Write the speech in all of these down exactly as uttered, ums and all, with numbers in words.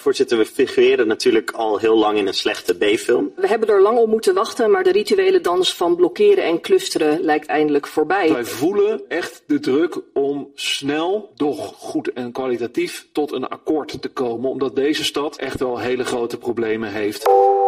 voorzitter, we figureren natuurlijk al heel lang in een slechte B-film. We hebben er lang op moeten wachten, maar de rituele dans van blokkeren en clusteren lijkt eindelijk voorbij. Wij voelen echt de druk om snel, doch goed en kwalitatief tot een akkoord te komen, omdat deze stad echt wel hele grote problemen heeft.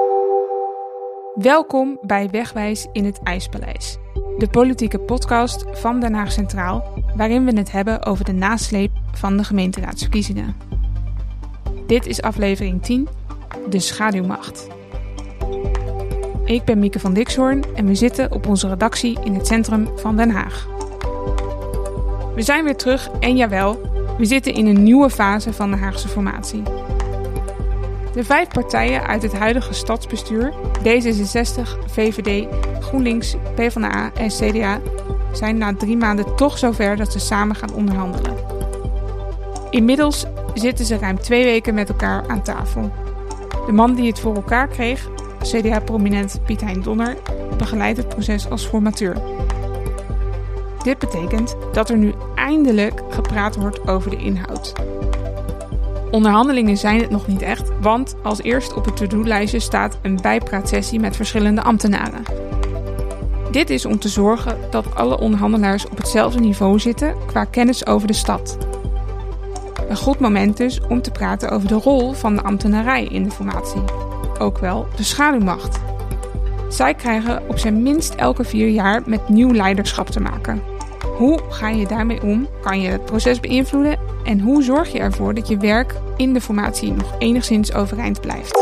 Welkom bij Wegwijs in het IJspaleis. De politieke podcast van Den Haag Centraal, waarin we het hebben over de nasleep van de gemeenteraadsverkiezingen. Dit is aflevering tien, de schaduwmacht. Ik ben Mieke van Dixhoorn en we zitten op onze redactie in het centrum van Den Haag. We zijn weer terug en jawel, we zitten in een nieuwe fase van de Haagse formatie. De vijf partijen uit het huidige stadsbestuur, D zesenzestig, V V D, GroenLinks, PvdA en C D A, zijn na drie maanden toch zover dat ze samen gaan onderhandelen. Inmiddels zitten ze ruim twee weken met elkaar aan tafel. De man die het voor elkaar kreeg, C D A-prominent Piet Hein Donner, begeleidt het proces als formateur. Dit betekent dat er nu eindelijk gepraat wordt over de inhoud. Onderhandelingen zijn het nog niet echt, want als eerst op het to-do-lijstje staat een bijpraatsessie met verschillende ambtenaren. Dit is om te zorgen dat alle onderhandelaars op hetzelfde niveau zitten qua kennis over de stad. Een goed moment dus om te praten over de rol van de ambtenarij in de formatie, ook wel de schaduwmacht. Zij krijgen op zijn minst elke vier jaar met nieuw leiderschap te maken. Hoe ga je daarmee om? Kan je het proces beïnvloeden? En hoe zorg je ervoor dat je werk in de formatie nog enigszins overeind blijft?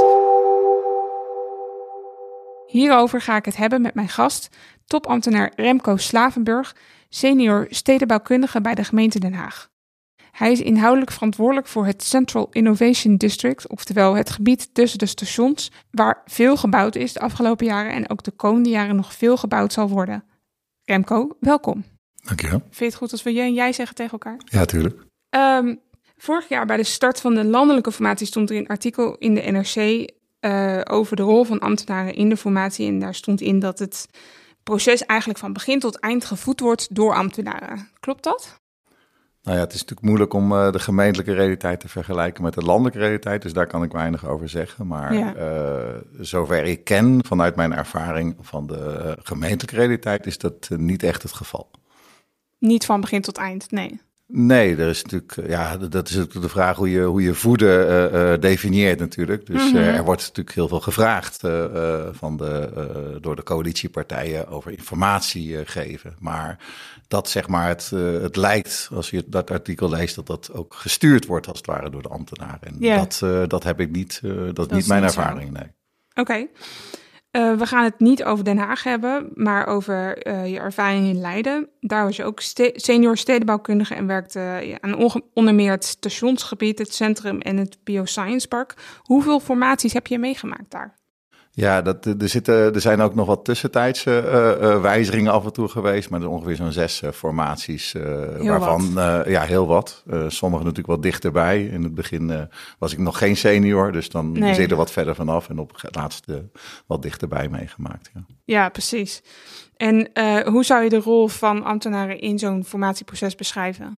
Hierover ga ik het hebben met mijn gast, topambtenaar Remco Slavenburg, senior stedenbouwkundige bij de gemeente Den Haag. Hij is inhoudelijk verantwoordelijk voor het Central Innovation District, oftewel het gebied tussen de stations, waar veel gebouwd is de afgelopen jaren en ook de komende jaren nog veel gebouwd zal worden. Remco, welkom. Dankjewel. Vind je het goed als we je en jij zeggen tegen elkaar? Ja, tuurlijk. Um, vorig jaar bij de start van de landelijke formatie stond er een artikel in de N R C uh, over de rol van ambtenaren in de formatie. En daar stond in dat het proces eigenlijk van begin tot eind gevoed wordt door ambtenaren. Klopt dat? Nou ja, het is natuurlijk moeilijk om uh, de gemeentelijke realiteit te vergelijken met de landelijke realiteit. Dus daar kan ik weinig over zeggen. Maar ja. uh, zover ik ken vanuit mijn ervaring van de uh, gemeentelijke realiteit is dat uh, niet echt het geval. Niet van begin tot eind, nee. Nee, er is natuurlijk, ja, dat is natuurlijk de vraag hoe je, hoe je voeden uh, uh, definieert natuurlijk. Dus mm-hmm. uh, er wordt natuurlijk heel veel gevraagd uh, uh, van de, uh, door de coalitiepartijen over informatie uh, geven. Maar dat zeg maar, het, uh, het lijkt, als je dat artikel leest, dat dat ook gestuurd wordt als het ware door de ambtenaren. En yeah. dat, uh, dat heb ik niet, uh, dat, dat is niet mijn niet ervaring, zo. Nee. Oké. Okay. Uh, we gaan het niet over Den Haag hebben, maar over uh, je ervaring in Leiden. Daar was je ook ste- senior stedenbouwkundige en werkte uh, ja, aan onge- onder meer het stationsgebied, het centrum en het Bioscience Park. Hoeveel formaties heb je meegemaakt daar? Ja, dat, er, zitten, er zijn ook nog wat tussentijdse uh, uh, wijzigingen af en toe geweest, maar er zijn ongeveer zo'n zes uh, formaties, uh, waarvan uh, ja, heel wat. Uh, sommige natuurlijk wat dichterbij. In het begin uh, was ik nog geen senior, dus dan nee. zit er wat verder vanaf en op het laatste uh, wat dichterbij meegemaakt. Ja, ja precies. En uh, hoe zou je de rol van ambtenaren in zo'n formatieproces beschrijven?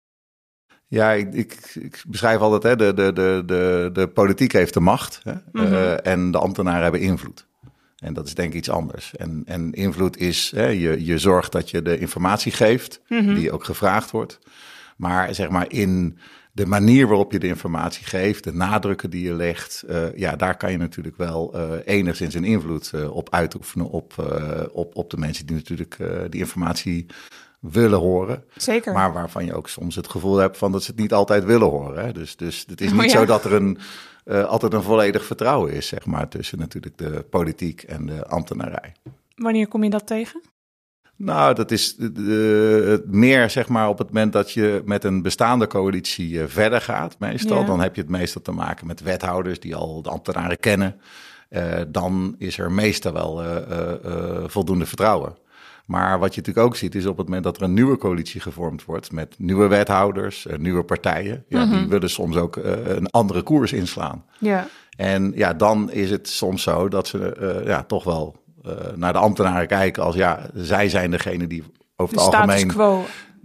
Ja, ik, ik, ik beschrijf altijd, hè, de, de, de, de, de politiek heeft de macht hè, mm-hmm. uh, en de ambtenaren hebben invloed. En dat is denk ik iets anders. En, en invloed is, hè, je, je zorgt dat je de informatie geeft, mm-hmm. die ook gevraagd wordt. Maar zeg maar in de manier waarop je de informatie geeft, de nadrukken die je legt, uh, ja, daar kan je natuurlijk wel uh, enigszins een invloed uh, op uitoefenen op, uh, op, op de mensen die natuurlijk uh, die informatie willen horen. Zeker. Maar waarvan je ook soms het gevoel hebt van dat ze het niet altijd willen horen. Hè? Dus, dus het is niet oh, ja. zo dat er een, uh, altijd een volledig vertrouwen is, zeg maar, tussen natuurlijk de politiek en de ambtenarij. Wanneer kom je dat tegen? Nou, dat is uh, meer zeg maar op het moment dat je met een bestaande coalitie uh, verder gaat, meestal. Ja. Dan heb je het meestal te maken met wethouders die al de ambtenaren kennen. Uh, dan is er meestal wel uh, uh, uh, voldoende vertrouwen. Maar wat je natuurlijk ook ziet is op het moment dat er een nieuwe coalitie gevormd wordt met nieuwe wethouders, uh, nieuwe partijen, ja, mm-hmm. die willen soms ook uh, een andere koers inslaan. Ja. En ja, dan is het soms zo dat ze uh, ja, toch wel uh, naar de ambtenaren kijken als ja, zij zijn degene die over het de algemeen status quo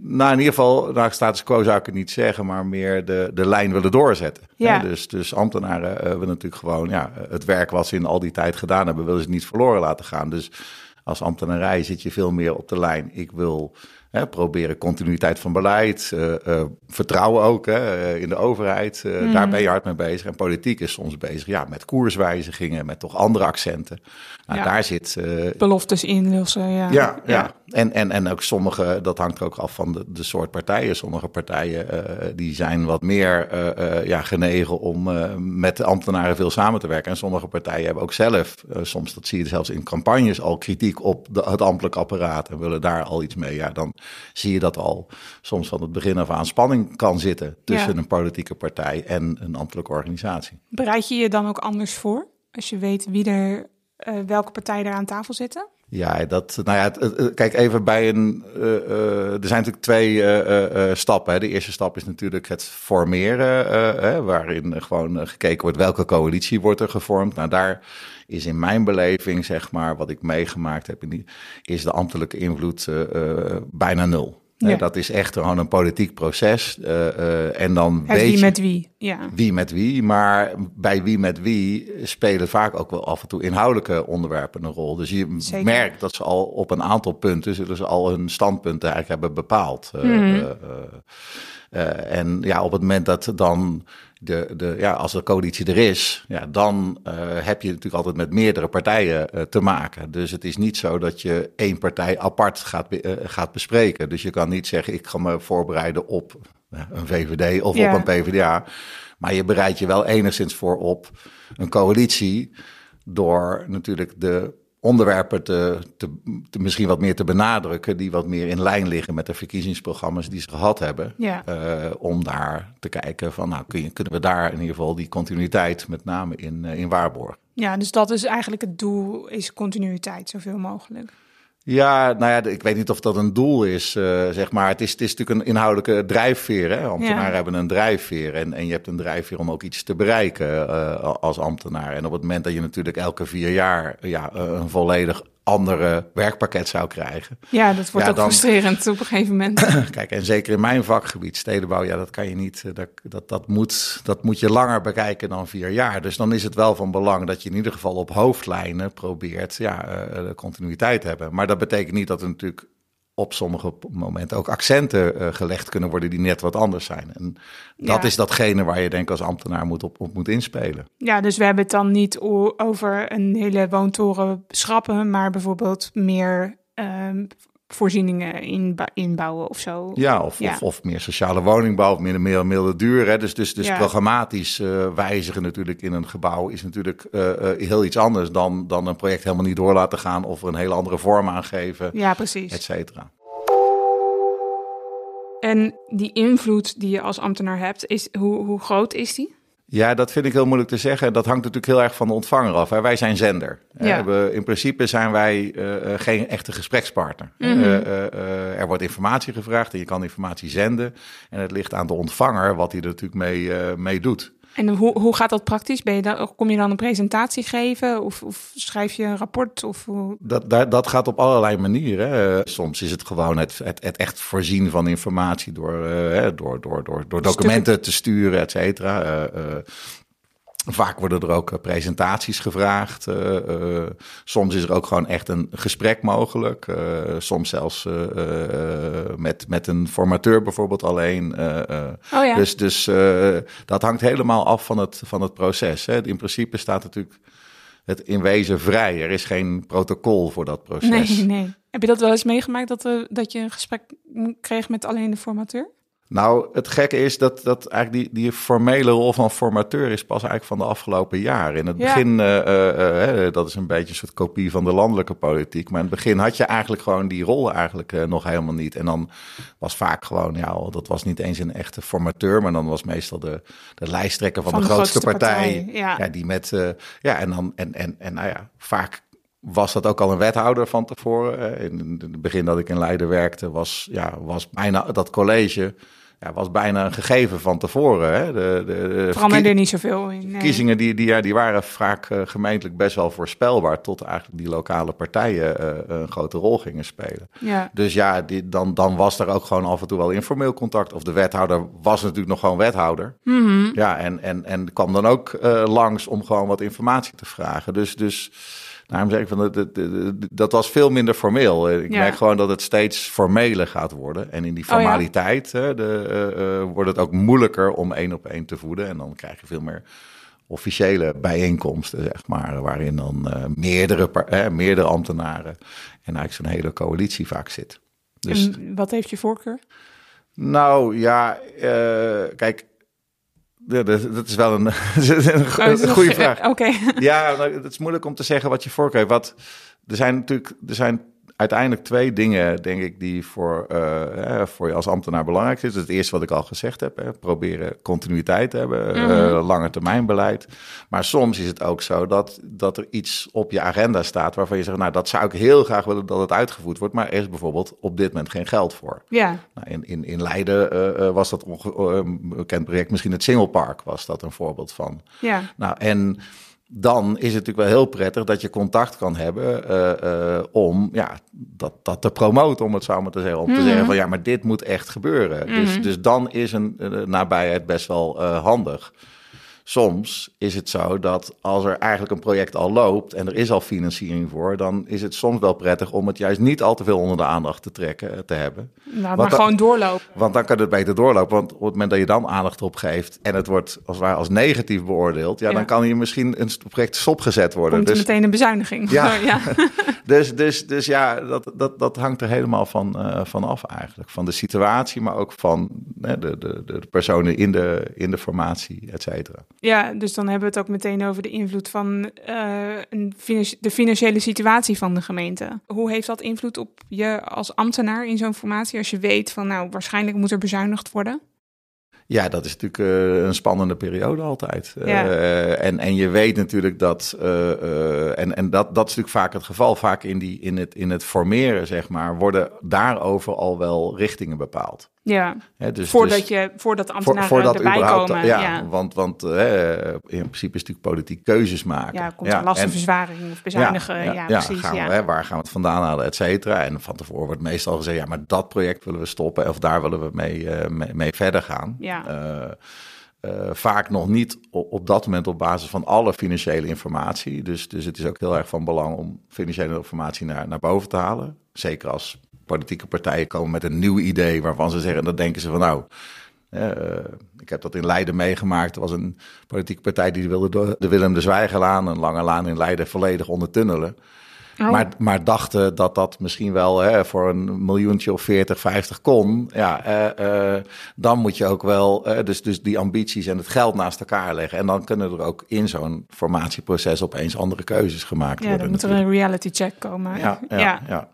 Nou, in ieder geval, nou, status quo zou ik het niet zeggen, maar meer de, de lijn willen doorzetten. Ja. Hè? Dus, dus ambtenaren uh, willen natuurlijk gewoon, ja, het werk wat ze in al die tijd gedaan hebben, willen ze niet verloren laten gaan. Dus als ambtenarij zit je veel meer op de lijn. Ik wil hè, proberen continuïteit van beleid, uh, uh, vertrouwen ook hè, in de overheid. Uh, mm. Daar ben je hard mee bezig. En politiek is soms bezig ja, met koerswijzigingen, met toch andere accenten. Nou, ja. Daar zit... Uh, beloftes inlossen, ja. Ja, ja. ja. En, en, en ook sommige, dat hangt er ook af van de, de soort partijen. Sommige partijen uh, die zijn wat meer uh, uh, ja, genegen om uh, met de ambtenaren veel samen te werken. En sommige partijen hebben ook zelf, uh, soms dat zie je zelfs in campagnes, al kritiek op de, het ambtelijk apparaat en willen daar al iets mee. Ja, dan zie je dat al soms van het begin af aan spanning kan zitten tussen ja. een politieke partij en een ambtelijke organisatie. Bereid je je dan ook anders voor als je weet wie er, uh, welke partijen er aan tafel zitten? Ja, dat, nou ja, het, het, kijk even bij een, uh, uh, er zijn natuurlijk twee uh, uh, stappen. Hè. De eerste stap is natuurlijk het formeren, uh, hè, waarin gewoon uh, gekeken wordt welke coalitie wordt er gevormd. Nou, daar is in mijn beleving, zeg maar, wat ik meegemaakt heb, in die, is de ambtelijke invloed uh, uh, bijna nul. Ja. Dat is echt gewoon een politiek proces. Uh, uh, en dan het weet wie je, met wie. Ja. Wie met wie. Maar bij wie met wie spelen vaak ook wel af en toe inhoudelijke onderwerpen een rol. Dus je Zeker. merkt dat ze al op een aantal punten, zullen ze al hun standpunten eigenlijk hebben bepaald. Uh, mm-hmm. uh, uh, uh, en ja, op het moment dat dan de, de, ja, als de coalitie er is, ja, dan uh, heb je natuurlijk altijd met meerdere partijen uh, te maken. Dus het is niet zo dat je één partij apart gaat, be, uh, gaat bespreken. Dus je kan niet zeggen, ik ga me voorbereiden op uh, een V V D of ja. op een P v d A. Maar je bereidt je wel enigszins voor op een coalitie door natuurlijk de onderwerpen te, te, te misschien wat meer te benadrukken, die wat meer in lijn liggen met de verkiezingsprogramma's die ze gehad hebben. Ja. Uh, om daar te kijken van, nou, kun je, kunnen we daar in ieder geval die continuïteit met name in, uh, in waarborgen. Ja, dus dat is eigenlijk het doel, is continuïteit zoveel mogelijk. Ja, nou ja, ik weet niet of dat een doel is, uh, zeg maar. Het is, het is natuurlijk een inhoudelijke drijfveer, hè. Ambtenaren ja. hebben een drijfveer en, en je hebt een drijfveer om ook iets te bereiken uh, als ambtenaar. En op het moment dat je natuurlijk elke vier jaar ja, een volledig andere werkpakket zou krijgen. Ja, dat wordt ja, ook dan frustrerend op een gegeven moment. Kijk, en zeker in mijn vakgebied, stedenbouw, ja, dat kan je niet, dat, dat, dat, moet, dat moet je langer bekijken dan vier jaar. Dus dan is het wel van belang dat je in ieder geval op hoofdlijnen probeert ja, uh, de continuïteit te hebben. Maar dat betekent niet dat er natuurlijk op sommige momenten ook accenten uh, gelegd kunnen worden die net wat anders zijn. En dat ja. is datgene waar je denk ik als ambtenaar moet op, op moet inspelen. Ja, dus we hebben het dan niet o- over een hele woontoren schrappen, maar bijvoorbeeld meer um, voorzieningen inba- inbouwen of zo. Ja, of, ja. Of, of meer sociale woningbouw, of meer meer milde duur. Hè. Dus, dus, dus ja. programmatisch uh, wijzigen natuurlijk in een gebouw is natuurlijk uh, uh, heel iets anders dan, dan een project helemaal niet door laten gaan of er een hele andere vorm aan geven. Ja, precies. Et cetera. En die invloed die je als ambtenaar hebt, is, hoe, hoe groot is die? Ja, dat vind ik heel moeilijk te zeggen. Dat hangt natuurlijk heel erg van de ontvanger af. Hè. Wij zijn zender. Ja. We, in principe zijn wij uh, geen echte gesprekspartner. Mm-hmm. Uh, uh, uh, er wordt informatie gevraagd en je kan informatie zenden. En het ligt aan de ontvanger wat hij er natuurlijk mee, uh, mee doet. En hoe, hoe gaat dat praktisch? Ben je dan, kom je dan een presentatie geven of, of schrijf je een rapport? Of hoe? Dat, dat, dat gaat op allerlei manieren. Soms is het gewoon het, het, het echt voorzien van informatie door, uh, door, door, door, door documenten te sturen, et cetera. Uh, uh, Vaak worden er ook presentaties gevraagd. Uh, uh, soms is er ook gewoon echt een gesprek mogelijk. Uh, soms zelfs uh, uh, met, met een formateur bijvoorbeeld alleen. Uh, uh, oh ja. Dus, dus uh, dat hangt helemaal af van het, van het proces. Hè. In principe staat natuurlijk het in wezen vrij. Er is geen protocol voor dat proces. Nee, nee. Heb je dat wel eens meegemaakt dat, uh, dat je een gesprek kreeg met alleen de formateur? Nou, het gekke is dat, dat eigenlijk die, die formele rol van formateur is pas eigenlijk van de afgelopen jaren. In het ja. begin, uh, uh, uh, dat is een beetje een soort kopie van de landelijke politiek. Maar in het begin had je eigenlijk gewoon die rol eigenlijk uh, nog helemaal niet. En dan was vaak gewoon, ja, dat was niet eens een echte formateur, maar dan was meestal de, de lijsttrekker van, van de, de grootste, grootste partij. partij ja. Ja, die met, uh, ja, en dan, en, en, en nou ja, vaak was dat ook al een wethouder van tevoren. In het begin dat ik in Leiden werkte, was, ja, was bijna dat college ja, was bijna een gegeven van tevoren. Hè. De, de, de veranderde er niet zoveel in. Nee. Verkiezingen die, die, ja, die waren vaak uh, gemeentelijk best wel voorspelbaar, tot eigenlijk die lokale partijen uh, een grote rol gingen spelen. Ja. Dus ja, die, dan, dan was er ook gewoon af en toe wel informeel contact. Of de wethouder was natuurlijk nog gewoon wethouder. Mm-hmm. Ja, en, en, en kwam dan ook uh, langs om gewoon wat informatie te vragen. Dus... dus Daarom zeg ik van dat, dat, dat was veel minder formeel. Ik ja. merk gewoon dat het steeds formeler gaat worden. En in die formaliteit oh ja. de, uh, uh, wordt het ook moeilijker om één op één te voeden. En dan krijg je veel meer officiële bijeenkomsten, zeg maar, waarin dan uh, meerdere, uh, meerdere ambtenaren en eigenlijk zo'n hele coalitie vaak zit. Dus, en wat heeft je voorkeur? Nou ja, uh, kijk. Ja, dat is wel een, een goede vraag. Oké. Okay. Ja, het is moeilijk om te zeggen wat je voorkeur heeft. Wat, er zijn natuurlijk er zijn uiteindelijk twee dingen, denk ik, die voor, uh, voor je als ambtenaar belangrijk zijn. Het eerste wat ik al gezegd heb, hè, proberen continuïteit te hebben, mm-hmm. uh, lange termijn beleid. Maar soms is het ook zo dat, dat er iets op je agenda staat waarvan je zegt, nou, dat zou ik heel graag willen dat het uitgevoerd wordt, maar er is bijvoorbeeld op dit moment geen geld voor. Ja. Nou, in, in, in Leiden uh, was dat onge- uh, een bekend project, misschien het Singelpark was dat een voorbeeld van. Ja. Nou, en dan is het natuurlijk wel heel prettig dat je contact kan hebben uh, uh, om ja, dat, dat te promoten, om het zo maar te zeggen. Om mm-hmm. te zeggen van ja, maar dit moet echt gebeuren. Mm-hmm. Dus, dus dan is een uh, nabijheid best wel uh, handig. Soms is het zo dat als er eigenlijk een project al loopt en er is al financiering voor, dan is het soms wel prettig om het juist niet al te veel onder de aandacht te trekken, te hebben. Nou, maar dan, gewoon doorlopen. Want dan kan het beter doorlopen. Want op het moment dat je dan aandacht op geeft en het wordt als, als negatief beoordeeld, ja, ja. dan kan hier misschien een project stopgezet worden. Komt dus meteen een bezuiniging. Ja, ja. dus, dus, dus ja, dat, dat, dat hangt er helemaal van, uh, van af eigenlijk. Van de situatie, maar ook van hè, de, de, de personen in de, in de formatie, et cetera. Ja, dus dan hebben we het ook meteen over de invloed van uh, een financi- de financiële situatie van de gemeente. Hoe heeft dat invloed op je als ambtenaar in zo'n formatie? Als je weet van, nou, waarschijnlijk moet er bezuinigd worden? Ja, dat is natuurlijk uh, een spannende periode altijd. Ja. Uh, en, en je weet natuurlijk dat, uh, uh, en, en dat, dat is natuurlijk vaak het geval, vaak in, die, in, het, in het formeren, zeg maar, worden daarover al wel richtingen bepaald. Ja, He, dus, voordat, dus, je, voordat de ambtenaren voor, voordat erbij komen. Ja, ja. want, want uh, in principe is natuurlijk politiek keuzes maken. Ja, komt ja, er lastenverzwaring of bezuinigen. Ja, ja, ja, ja, precies. Gaan we, ja. Hè, waar gaan we het vandaan halen, et cetera. En van tevoren wordt meestal gezegd, ja, maar dat project willen we stoppen of daar willen we mee, uh, mee, mee verder gaan. Ja. Uh, Uh, vaak nog niet op, op dat moment op basis van alle financiële informatie. Dus, dus het is ook heel erg van belang om financiële informatie naar, naar boven te halen. Zeker als politieke partijen komen met een nieuw idee waarvan ze zeggen, dan denken ze van nou, uh, ik heb dat in Leiden meegemaakt. Er was een politieke partij die wilde de Willem de Zwijgerlaan, een lange laan in Leiden, volledig ondertunnelen. Oh. Maar, maar dachten dat dat misschien wel hè, voor een miljoentje of veertig, vijftig kon. Ja, uh, uh, dan moet je ook wel uh, dus, dus die ambities en het geld naast elkaar leggen. En dan kunnen er ook in zo'n formatieproces opeens andere keuzes gemaakt ja, worden. Ja, dan moet er een reality check komen. Ja, ja, ja. ja.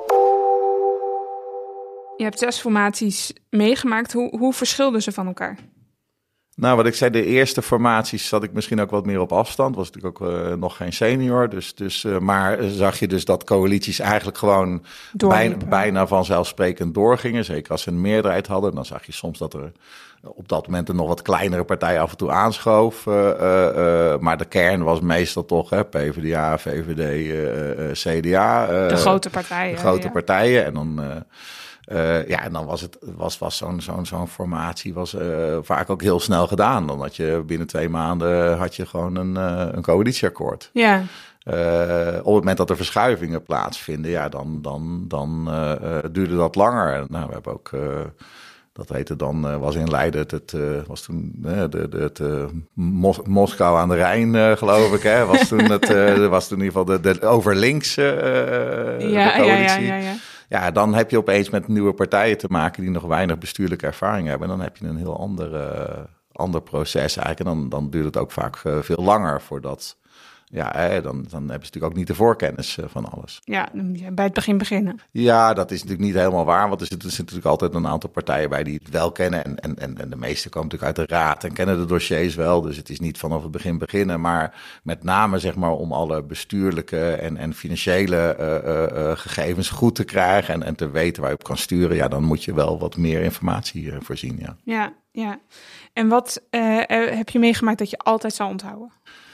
Je hebt zes formaties meegemaakt. Hoe, hoe verschilden ze van elkaar? Nou, wat ik zei, de eerste formaties zat ik misschien ook wat meer op afstand. Was natuurlijk ook uh, nog geen senior. Dus, dus, uh, maar zag je dus dat coalities eigenlijk gewoon bijna, bijna vanzelfsprekend doorgingen. Zeker als ze een meerderheid hadden. Dan zag je soms dat er op dat moment een nog wat kleinere partij af en toe aanschoof. Uh, uh, uh, maar de kern was meestal toch hè, P v d A, V V D, uh, uh, C D A. Uh, de grote partijen. De grote ja. partijen. En dan... Uh, Uh, ja, en dan was het was, was zo'n, zo'n, zo'n formatie was, uh, vaak ook heel snel gedaan. Dan had je binnen twee maanden had je gewoon een, uh, een coalitieakkoord. Ja. Uh, op het moment dat er verschuivingen plaatsvinden, ja, dan, dan, dan uh, uh, duurde dat langer. Nou, we hebben ook, uh, dat heette dan, uh, was in Leiden, het, het uh, was toen uh, de, de, het uh, Mos- Moskou aan de Rijn, uh, geloof ik. Hè, was toen het, uh, was toen in ieder geval de, de overlinks uh, ja, de coalitie. Ja, ja, ja, ja. Ja, dan heb je opeens met nieuwe partijen te maken die nog weinig bestuurlijke ervaring hebben. En dan heb je een heel ander, uh, ander proces eigenlijk. En dan, dan duurt het ook vaak uh, veel langer voordat ja, hè, dan, dan hebben ze natuurlijk ook niet de voorkennis uh, van alles. Ja, dan moet je bij het begin beginnen. Ja, dat is natuurlijk niet helemaal waar, want er zitten, er zitten natuurlijk altijd een aantal partijen bij die het wel kennen. En, en, en, en de meeste komen natuurlijk uit de raad en kennen de dossiers wel. Dus het is niet vanaf het begin beginnen, maar met name zeg maar om alle bestuurlijke en, en financiële uh, uh, gegevens goed te krijgen en, en te weten waar je op kan sturen. Ja, dan moet je wel wat meer informatie uh, voorzien, ja. Ja, ja. En wat uh, heb je meegemaakt dat je altijd zal onthouden?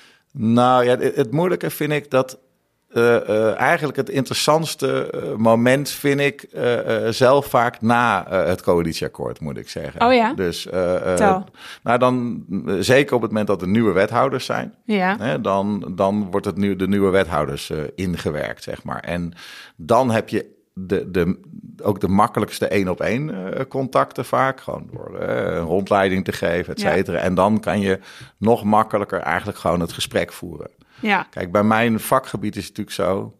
Nou ja, het, het moeilijke vind ik dat uh, uh, eigenlijk het interessantste uh, moment vind ik uh, uh, zelf vaak na uh, het coalitieakkoord, moet ik zeggen. Oh ja? Dus, uh, uh, nou dan, uh, zeker op het moment dat er nieuwe wethouders zijn, ja. hè, dan, dan wordt het nu de nieuwe wethouders uh, ingewerkt, zeg maar. En dan heb je De, de, ook de makkelijkste één-op-één uh, contacten vaak. Gewoon door uh, een rondleiding te geven, et cetera. Ja. En dan kan je nog makkelijker eigenlijk gewoon het gesprek voeren. Ja. Kijk, bij mijn vakgebied is het natuurlijk zo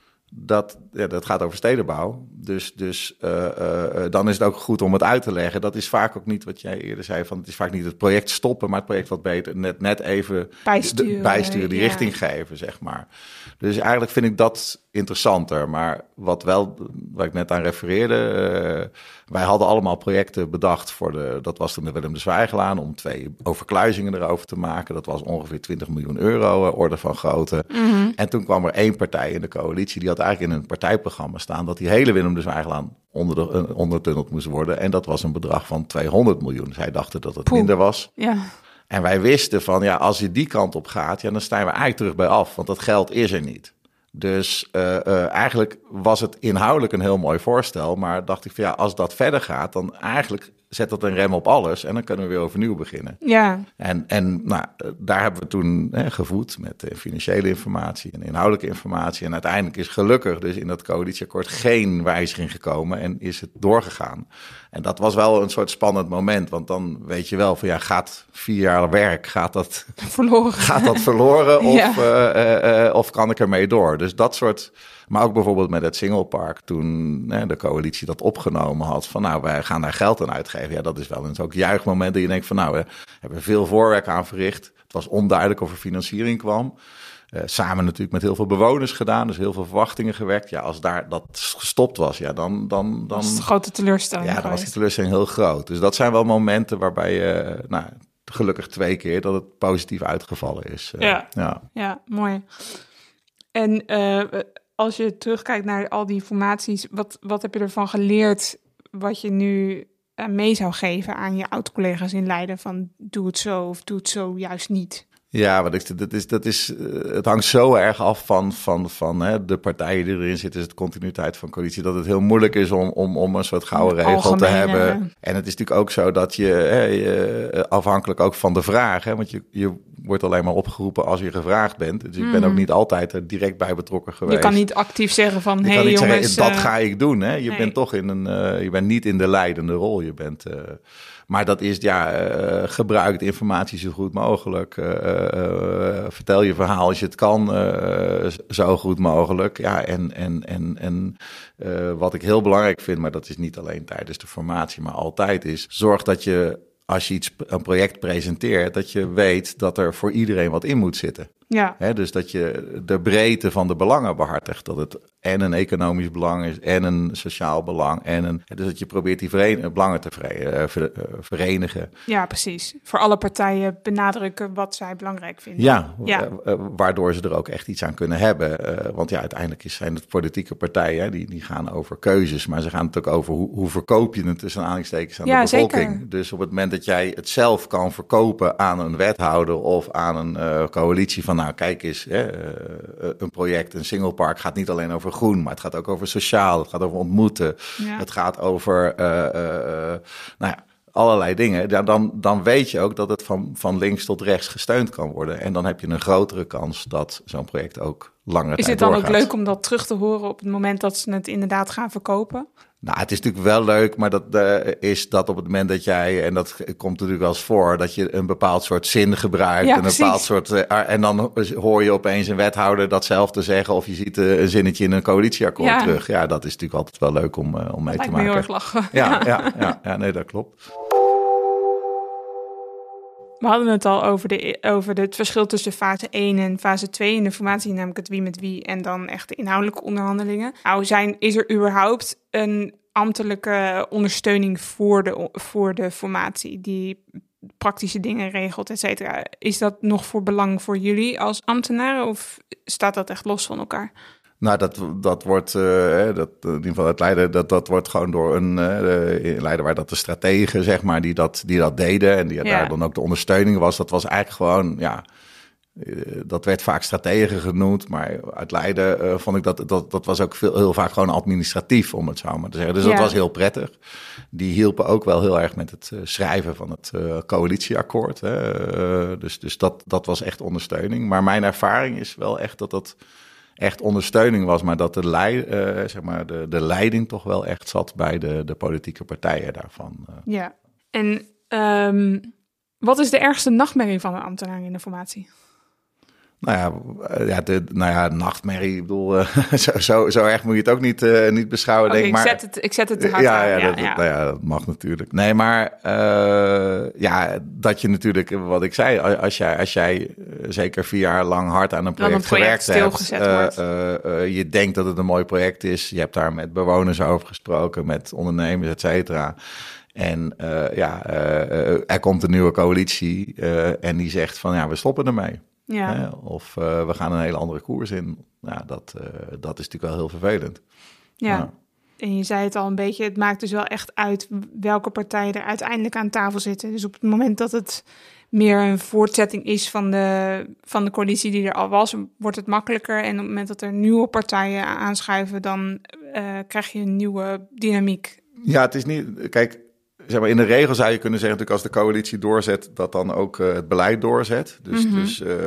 dat, ja, dat gaat over stedenbouw. Dus, dus uh, uh, dan is het ook goed om het uit te leggen. Dat is vaak ook niet wat jij eerder zei, van het is vaak niet het project stoppen, maar het project wat beter net, net even bijsturen, de, bijsturen die ja. richting geven, zeg maar. Dus eigenlijk vind ik dat interessanter. Maar wat wel, waar ik net aan refereerde, uh, wij hadden allemaal projecten bedacht voor de, dat was toen de Willem de Zwijgelaan, om twee overkluizingen erover te maken. Dat was ongeveer twintig miljoen euro, uh, orde van grootte. Mm-hmm. En toen kwam er één partij in de coalitie, die had eigenlijk in een partijprogramma staan dat die hele Willem de Zwijgelaan onder de, uh, ondertunneld moest worden. En dat was een bedrag van tweehonderd miljoen. Zij dachten dat het Poeh. minder was. Ja. En wij wisten van, ja, als je die kant op gaat, ja, dan staan we eigenlijk terug bij af, want dat geld is er niet. Dus uh, uh, eigenlijk was het inhoudelijk een heel mooi voorstel, maar dacht ik van ja, als dat verder gaat, dan eigenlijk zet dat een rem op alles en dan kunnen we weer overnieuw beginnen. Ja. En, en nou, daar hebben we toen hè, gevoed met uh, financiële informatie en inhoudelijke informatie. En uiteindelijk is gelukkig dus in dat coalitieakkoord geen wijziging gekomen en is het doorgegaan. En dat was wel een soort spannend moment, want dan weet je wel van ja, gaat vier jaar werk, gaat dat verloren, gaat dat verloren of, ja. uh, uh, uh, of kan ik ermee door? Dus dat soort, maar ook bijvoorbeeld met het Singlepark, toen hè, de coalitie dat opgenomen had, van nou, wij gaan daar geld aan uitgeven. Ja, dat is wel een ook juichmoment dat je denkt van nou, we hebben veel voorwerk aan verricht. Het was onduidelijk of er financiering kwam. Uh, samen natuurlijk met heel veel bewoners gedaan, dus heel veel verwachtingen gewekt. Ja, als daar dat gestopt was, ja, dan... dan, dan was het een grote teleurstelling. Ja, dan was die teleurstelling heel groot. Dus dat zijn wel momenten waarbij je, uh, nou, gelukkig twee keer dat het positief uitgevallen is. Uh, ja. Ja. ja, mooi. En uh, als je terugkijkt naar al die formaties, wat, wat heb je ervan geleerd wat je nu uh, mee zou geven aan je oud-collega's in Leiden? Van doe het zo of doe het zo juist niet. Ja, wat ik, dat is, dat is, het hangt zo erg af van, van, van hè, de partijen die erin zitten, is de continuïteit van coalitie, dat het heel moeilijk is om, om, om een soort gouden regel Algemene. te hebben. En het is natuurlijk ook zo dat je, hè, je afhankelijk ook van de vraag, hè, want je, je wordt alleen maar opgeroepen als je gevraagd bent. Dus ik mm. ben ook niet altijd er direct bij betrokken geweest. Je kan niet actief zeggen van, hé hey, jongens. Zeggen, dat ga ik doen. Hè. Je nee. bent toch in een, uh, je bent niet in de leidende rol. Je bent... Uh, Maar dat is, ja, uh, gebruik de informatie zo goed mogelijk. Uh, uh, vertel je verhaal als je het kan, uh, zo goed mogelijk. Ja, en, en, en, en uh, wat ik heel belangrijk vind, maar dat is niet alleen tijdens de formatie, maar altijd is, zorg dat je, als je iets, een project presenteert, dat je weet dat er voor iedereen wat in moet zitten. Ja. He, dus dat je de breedte van de belangen behartigt. Dat het en een economisch belang is en een sociaal belang. En een, dus dat je probeert die veren, belangen te verenigen. Ja, precies. Voor alle partijen benadrukken wat zij belangrijk vinden. Ja, ja. waardoor ze er ook echt iets aan kunnen hebben. Want ja, uiteindelijk zijn het politieke partijen, die, die gaan over keuzes. Maar ze gaan natuurlijk over hoe, hoe verkoop je het tussen aanhalingstekens aan ja, de bevolking. Zeker. Dus op het moment dat jij het zelf kan verkopen aan een wethouder of aan een uh, coalitie van nou, kijk eens, hè, een project, een Singlepark gaat niet alleen over groen, maar het gaat ook over sociaal, het gaat over ontmoeten, ja. het gaat over, uh, uh, uh, nou ja, allerlei dingen. Ja, dan, dan weet je ook dat het van, van links tot rechts gesteund kan worden. En dan heb je een grotere kans dat zo'n project ook langer tijd Is het dan doorgaat. Ook leuk om dat terug te horen op het moment dat ze het inderdaad gaan verkopen? Nou, het is natuurlijk wel leuk, maar dat uh, is dat op het moment dat jij, en dat komt natuurlijk wel eens voor, dat je een bepaald soort zin gebruikt. Ja, een precies. bepaald soort, uh, en dan hoor je opeens een wethouder datzelfde zeggen, of je ziet uh, een zinnetje in een coalitieakkoord ja. terug. Ja, dat is natuurlijk altijd wel leuk om, uh, om mee dat te maken. Dat lijkt me heel erg lachen. Ja, ja, ja, ja, nee, dat klopt. We hadden het al over, de, over het verschil tussen fase één en fase twee in de formatie, namelijk het wie met wie en dan echt de inhoudelijke onderhandelingen. Nou, zijn, is er überhaupt een ambtelijke ondersteuning voor de, voor de formatie die praktische dingen regelt, et cetera? Is dat nog voor belang voor jullie als ambtenaren of staat dat echt los van elkaar? Nou, dat, dat wordt, uh, dat, in ieder geval het Leiden, dat, dat wordt gewoon door een uh, Leiden waar dat de strategen, zeg maar, die dat, die dat deden en die ja. daar dan ook de ondersteuning was. Dat was eigenlijk gewoon, ja, uh, dat werd vaak strategen genoemd, maar uit Leiden uh, vond ik dat, dat, dat was ook veel, heel vaak gewoon administratief, om het zo maar te zeggen. Dus ja. dat was heel prettig. Die hielpen ook wel heel erg met het uh, schrijven van het uh, coalitieakkoord. Hè. Uh, dus dus dat, dat was echt ondersteuning. Maar mijn ervaring is wel echt dat dat echt ondersteuning was, maar dat de, leid, uh, zeg maar de, de leiding toch wel echt zat bij de, de politieke partijen daarvan. Uh. Ja, en um, wat is de ergste nachtmerrie van een ambtenaar in de formatie? Nou ja, ja, de, nou ja, nachtmerrie, ik bedoel, uh, zo, zo, zo erg moet je het ook niet, uh, niet beschouwen, okay, denk ik. Ik maar zet het, ik zet het te hard ja, aan. Ja, ja, dat, ja. Nou ja, dat mag natuurlijk. Nee, maar uh, ja, dat je natuurlijk, wat ik zei, als jij, als jij zeker vier jaar lang hard aan een project, een project gewerkt hebt, uh, wordt. Uh, uh, je denkt dat het een mooi project is, je hebt daar met bewoners over gesproken, met ondernemers, et cetera. En uh, ja, uh, er komt een nieuwe coalitie uh, en die zegt van ja, we stoppen ermee. Ja. Hè? Of uh, we gaan een hele andere koers in. Nou, dat, uh, dat is natuurlijk wel heel vervelend. Ja. ja, en je zei het al een beetje, het maakt dus wel echt uit welke partijen er uiteindelijk aan tafel zitten. Dus op het moment dat het meer een voortzetting is van de, van de coalitie die er al was, wordt het makkelijker. En op het moment dat er nieuwe partijen aanschuiven, dan uh, krijg je een nieuwe dynamiek. Ja, het is niet... Kijk, zeg maar, in de regel zou je kunnen zeggen, natuurlijk als de coalitie doorzet, dat dan ook uh, het beleid doorzet. Dus, mm-hmm. dus, uh,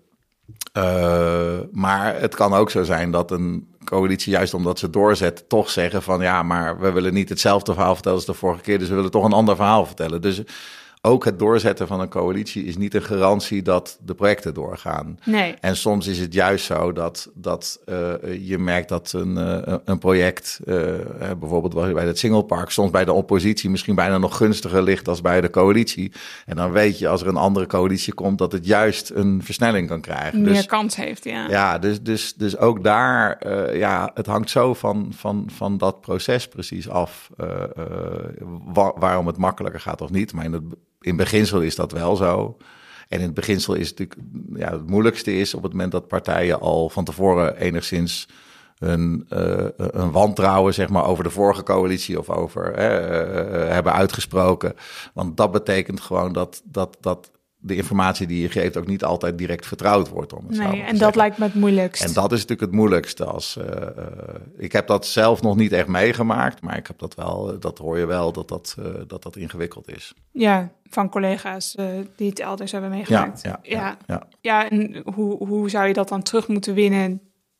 uh, maar het kan ook zo zijn dat een coalitie, juist omdat ze doorzet, toch zeggen van ja, maar we willen niet hetzelfde verhaal vertellen als de vorige keer, dus we willen toch een ander verhaal vertellen. Dus ook het doorzetten van een coalitie is niet een garantie dat de projecten doorgaan. Nee. En soms is het juist zo dat, dat uh, je merkt dat een, uh, een project, uh, bijvoorbeeld bij het Singlepark, soms bij de oppositie misschien bijna nog gunstiger ligt als bij de coalitie. En dan weet je als er een andere coalitie komt dat het juist een versnelling kan krijgen. Meer dus, kans heeft, ja. Ja, dus, dus, dus ook daar, uh, ja, het hangt zo van, van, van dat proces precies af, uh, uh, wa- waarom het makkelijker gaat of niet. Maar in het In beginsel is dat wel zo. En in het beginsel is het natuurlijk, ja, het moeilijkste is op het moment dat partijen al van tevoren enigszins een, uh, een wantrouwen, zeg maar, over de vorige coalitie of over uh, uh, hebben uitgesproken. Want dat betekent gewoon dat, dat, dat de informatie die je geeft ook niet altijd direct vertrouwd wordt. Om het nee, zo en te dat zeggen. lijkt me het moeilijkst. En dat is natuurlijk het moeilijkste. Als, uh, uh, ik heb dat zelf nog niet echt meegemaakt, maar ik heb dat wel, dat hoor je wel, dat dat, uh, dat, dat ingewikkeld is. Ja, van collega's uh, die het elders hebben meegemaakt. Ja, ja, ja. ja, ja. ja en hoe, hoe zou je dat dan terug moeten winnen?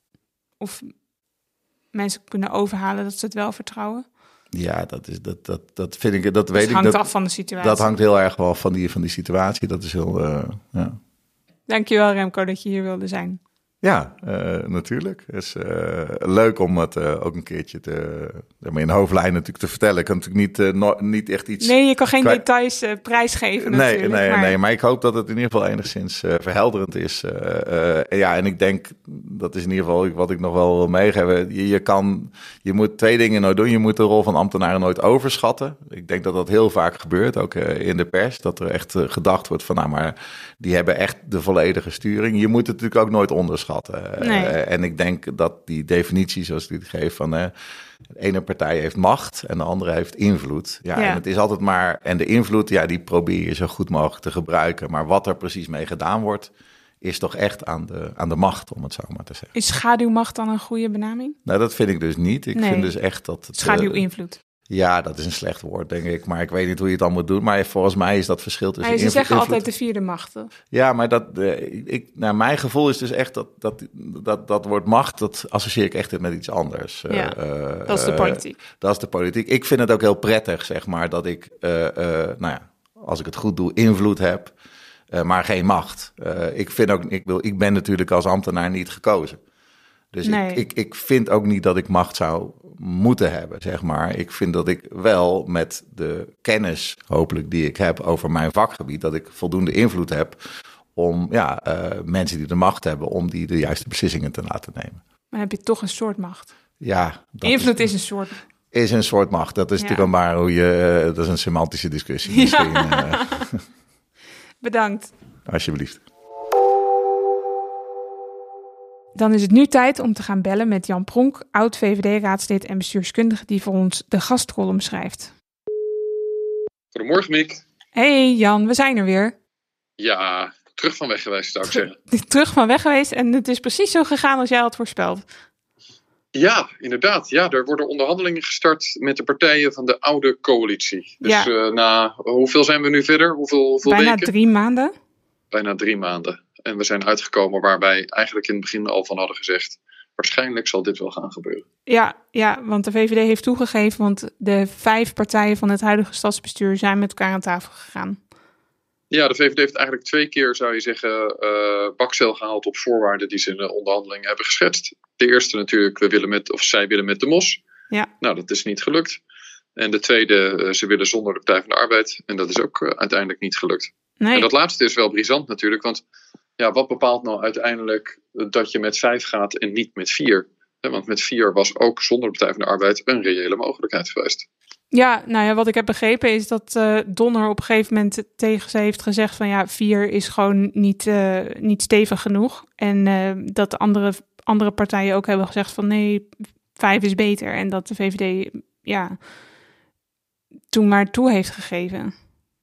Of mensen kunnen overhalen dat ze het wel vertrouwen? Ja, dat is dat dat dat vind ik dat dus weet ik. hangt dat af van de situatie. Dat hangt heel erg wel van die van die situatie. Dat is heel. Uh, ja. Dankjewel Remco dat je hier wilde zijn. Ja, uh, natuurlijk. Het is uh, leuk om het uh, ook een keertje te, uh, in hoofdlijnen natuurlijk te vertellen. Ik kan natuurlijk niet, uh, no, niet echt iets... Nee, je kan geen kwijt... details uh, prijsgeven nee, natuurlijk. Nee, maar... nee, maar ik hoop dat het in ieder geval enigszins uh, verhelderend is. Uh, uh, ja, en ik denk, dat is in ieder geval wat ik nog wel wil meegeven. Je, je, kan, je moet twee dingen nooit doen. Je moet de rol van ambtenaren nooit overschatten. Ik denk dat dat heel vaak gebeurt, ook uh, in de pers. Dat er echt uh, gedacht wordt van, nou, maar die hebben echt de volledige sturing. Je moet het natuurlijk ook nooit onderschatten. Nee. Uh, en ik denk dat die definitie, zoals ik het geef, van uh, de ene partij heeft macht en de andere heeft invloed. Ja, ja. En het is altijd maar, en de invloed, ja, die probeer je zo goed mogelijk te gebruiken. Maar wat er precies mee gedaan wordt, is toch echt aan de, aan de macht, om het zo maar te zeggen. Is schaduwmacht dan een goede benaming? Nou, dat vind ik dus niet. Ik nee. vind dus echt dat het, schaduwinvloed. Ja, dat is een slecht woord, denk ik. Maar ik weet niet hoe je het dan moet doen. Maar volgens mij is dat verschil tussen Maar ze invloed, zeggen invloed... altijd de vierde macht. Ja, maar dat, uh, ik, nou, mijn gevoel is dus echt dat dat, dat dat woord macht, dat associeer ik echt met iets anders. Ja, uh, dat is de politiek. Uh, dat is de politiek. Ik vind het ook heel prettig, zeg maar, dat ik, uh, uh, nou ja, als ik het goed doe, invloed heb, uh, maar geen macht. Uh, ik vind ook, ik, wil, ik ben natuurlijk als ambtenaar niet gekozen. Dus nee. ik, ik, ik vind ook niet dat ik macht zou moeten hebben, zeg maar. Ik vind dat ik wel met de kennis, hopelijk die ik heb over mijn vakgebied, dat ik voldoende invloed heb om ja, uh, mensen die de macht hebben, om die de juiste beslissingen te laten nemen. Maar heb je toch een soort macht? Ja. Dat invloed is, is een soort Is een soort macht. Dat is ja. natuurlijk al maar hoe je... Uh, dat is een semantische discussie misschien. Ja. Uh, Bedankt. Alsjeblieft. Dan is het nu tijd om te gaan bellen met Jan Pronk, oud-V V D-raadslid en bestuurskundige die voor ons de gastcolumn schrijft. Goedemorgen, Miek. Hey Jan, we zijn er weer. Ja, terug van weg geweest zou ik zeggen. Terug van weg geweest en het is precies zo gegaan als jij had voorspeld. Ja, inderdaad. Ja, er worden onderhandelingen gestart met de partijen van de oude coalitie. Dus ja. uh, na, hoeveel zijn we nu verder? Hoeveel, hoeveel Bijna weken? drie maanden. Bijna drie maanden. En we zijn uitgekomen waar wij eigenlijk in het begin al van hadden gezegd, waarschijnlijk zal dit wel gaan gebeuren. Ja, ja, want de V V D heeft toegegeven, want de vijf partijen van het huidige stadsbestuur zijn met elkaar aan tafel gegaan. Ja, de V V D heeft eigenlijk twee keer, zou je zeggen, uh, bakzeil gehaald op voorwaarden die ze in de onderhandelingen hebben geschetst. De eerste natuurlijk, we willen met, of zij willen met de mos. Ja. Nou, dat is niet gelukt. En de tweede, uh, ze willen zonder de Partij van de Arbeid. En dat is ook uh, uiteindelijk niet gelukt. Nee. En dat laatste is wel brisant natuurlijk, want ja, wat bepaalt nou uiteindelijk dat je met vijf gaat en niet met vier? Want met vier was ook zonder de Partij van de Arbeid een reële mogelijkheid geweest. Ja, nou ja, wat ik heb begrepen is dat uh, Donner op een gegeven moment tegen ze heeft gezegd van ja, vier is gewoon niet, uh, niet stevig genoeg. En uh, dat de andere, andere partijen ook hebben gezegd van nee, vijf is beter. En dat de V V D ja, toen maar toe heeft gegeven.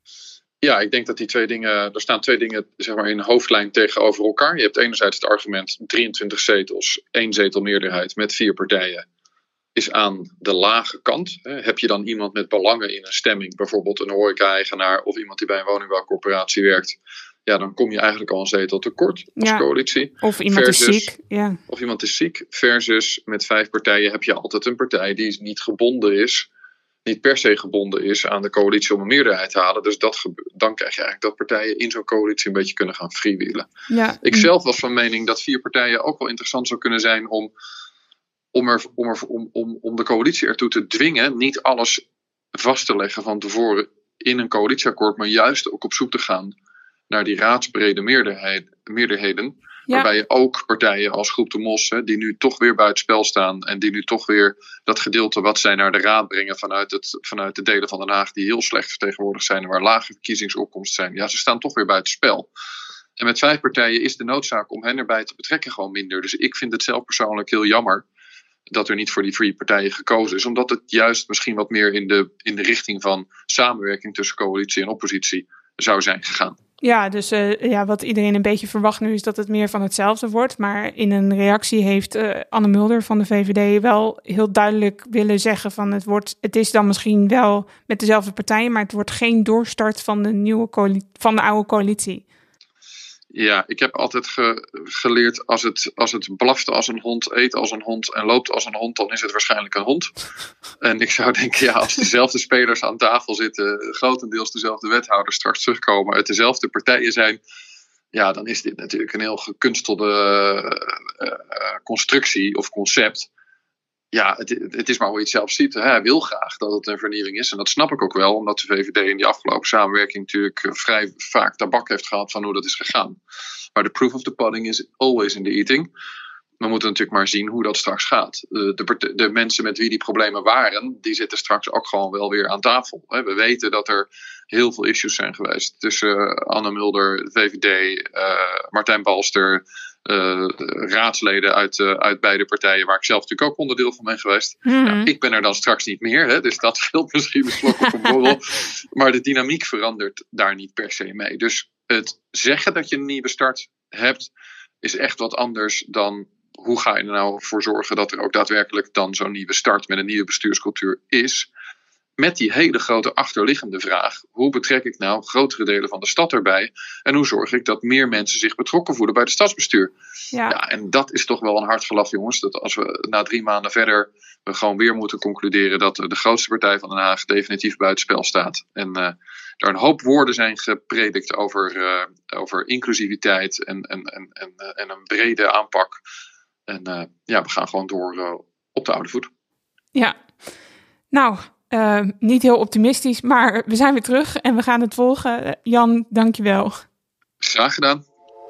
Ja, ik denk dat die twee dingen, er staan twee dingen zeg maar in hoofdlijn tegenover elkaar. Je hebt enerzijds het argument drieëntwintig zetels, één zetel meerderheid met vier partijen is aan de lage kant. Heb je dan iemand met belangen in een stemming, bijvoorbeeld een horeca-eigenaar of iemand die bij een woningbouwcorporatie werkt, ja, dan kom je eigenlijk al een zetel tekort als ja, coalitie. Of iemand versus, is ziek. Ja. Of iemand is ziek. Versus met vijf partijen heb je altijd een partij die niet gebonden is, niet per se gebonden is aan de coalitie om een meerderheid te halen. Dus dat gebe- dan krijg je eigenlijk dat partijen in zo'n coalitie een beetje kunnen gaan freewheelen. Ja. Ik zelf was van mening dat vier partijen ook wel interessant zou kunnen zijn om Om, er, om, er, om, om, om de coalitie ertoe te dwingen niet alles vast te leggen van tevoren in een coalitieakkoord, maar juist ook op zoek te gaan naar die raadsbrede meerderheid, meerderheden. Ja. Waarbij je ook partijen als Groep de Mos, hè, die nu toch weer buitenspel staan en die nu toch weer dat gedeelte wat zij naar de raad brengen vanuit, het, vanuit de delen van Den Haag die heel slecht vertegenwoordigd zijn en waar lage verkiezingsopkomsten zijn, ja, ze staan toch weer buitenspel. En met vijf partijen is de noodzaak om hen erbij te betrekken gewoon minder. Dus ik vind het zelf persoonlijk heel jammer dat er niet voor die vier partijen gekozen is. Omdat het juist misschien wat meer in de, in de richting van samenwerking tussen coalitie en oppositie zou zijn gegaan. Ja, dus uh, ja, wat iedereen een beetje verwacht nu is dat het meer van hetzelfde wordt. Maar in een reactie heeft uh, Anne Mulder van de V V D wel heel duidelijk willen zeggen van het wordt, het is dan misschien wel met dezelfde partijen, maar het wordt geen doorstart van de nieuwe coalitie, van de oude coalitie. Ja, ik heb altijd ge- geleerd als het, als het blaft als een hond, eet als een hond en loopt als een hond, dan is het waarschijnlijk een hond. En ik zou denken, ja, als dezelfde spelers aan tafel zitten, grotendeels dezelfde wethouders straks terugkomen, uit dezelfde partijen zijn, ja, dan is dit natuurlijk een heel gekunstelde uh, uh, constructie of concept. Ja, het, het is maar hoe je het zelf ziet. Hij wil graag dat het een vernieuwing is. En dat snap ik ook wel, omdat de V V D in die afgelopen samenwerking natuurlijk vrij vaak tabak heeft gehad van hoe dat is gegaan. Maar de proof of the pudding is always in the eating. We moeten natuurlijk maar zien hoe dat straks gaat. De, de, de mensen met wie die problemen waren, die zitten straks ook gewoon wel weer aan tafel. We weten dat er heel veel issues zijn geweest tussen Anne Mulder, de V V D, uh, Martijn Balster, Uh, raadsleden uit, uh, uit beide partijen, waar ik zelf natuurlijk ook onderdeel van ben geweest. Mm-hmm. Nou, ik ben er dan straks niet meer, hè, dus dat scheelt misschien een slok op een borrel. Maar de dynamiek verandert daar niet per se mee. Dus het zeggen dat je een nieuwe start hebt, is echt wat anders dan hoe ga je er nou voor zorgen dat er ook daadwerkelijk dan zo'n nieuwe start met een nieuwe bestuurscultuur is. Met die hele grote achterliggende vraag, hoe betrek ik nou grotere delen van de stad erbij? En hoe zorg ik dat meer mensen zich betrokken voelen bij het stadsbestuur? Ja. Ja, en dat is toch wel een hard gelach, jongens. Dat als we na drie maanden verder we gewoon weer moeten concluderen dat de grootste partij van Den Haag definitief buitenspel staat. En uh, er een hoop woorden zijn gepredikt over, uh, over inclusiviteit en, en, en, en, en een brede aanpak. En uh, ja, we gaan gewoon door uh, op de oude voet. Ja, nou, uh, niet heel optimistisch, maar we zijn weer terug en we gaan het volgen. Uh, Jan, dankjewel. Graag gedaan.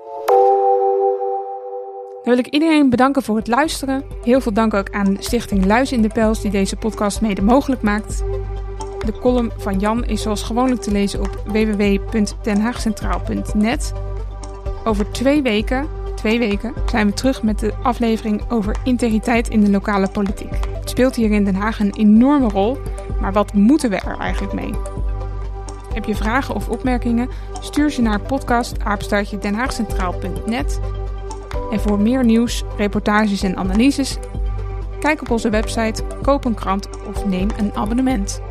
Dan wil ik iedereen bedanken voor het luisteren. Heel veel dank ook aan de Stichting Luis in de Pels die deze podcast mede mogelijk maakt. De column van Jan is zoals gewoonlijk te lezen op w w w punt den haag centraal punt net. Over twee weken, twee weken zijn we terug met de aflevering over integriteit in de lokale politiek. Het speelt hier in Den Haag een enorme rol, maar wat moeten we er eigenlijk mee? Heb je vragen of opmerkingen? Stuur ze naar podcast apenstaartje den haag centraal punt net. En voor meer nieuws, reportages en analyses, kijk op onze website, koop een krant of neem een abonnement.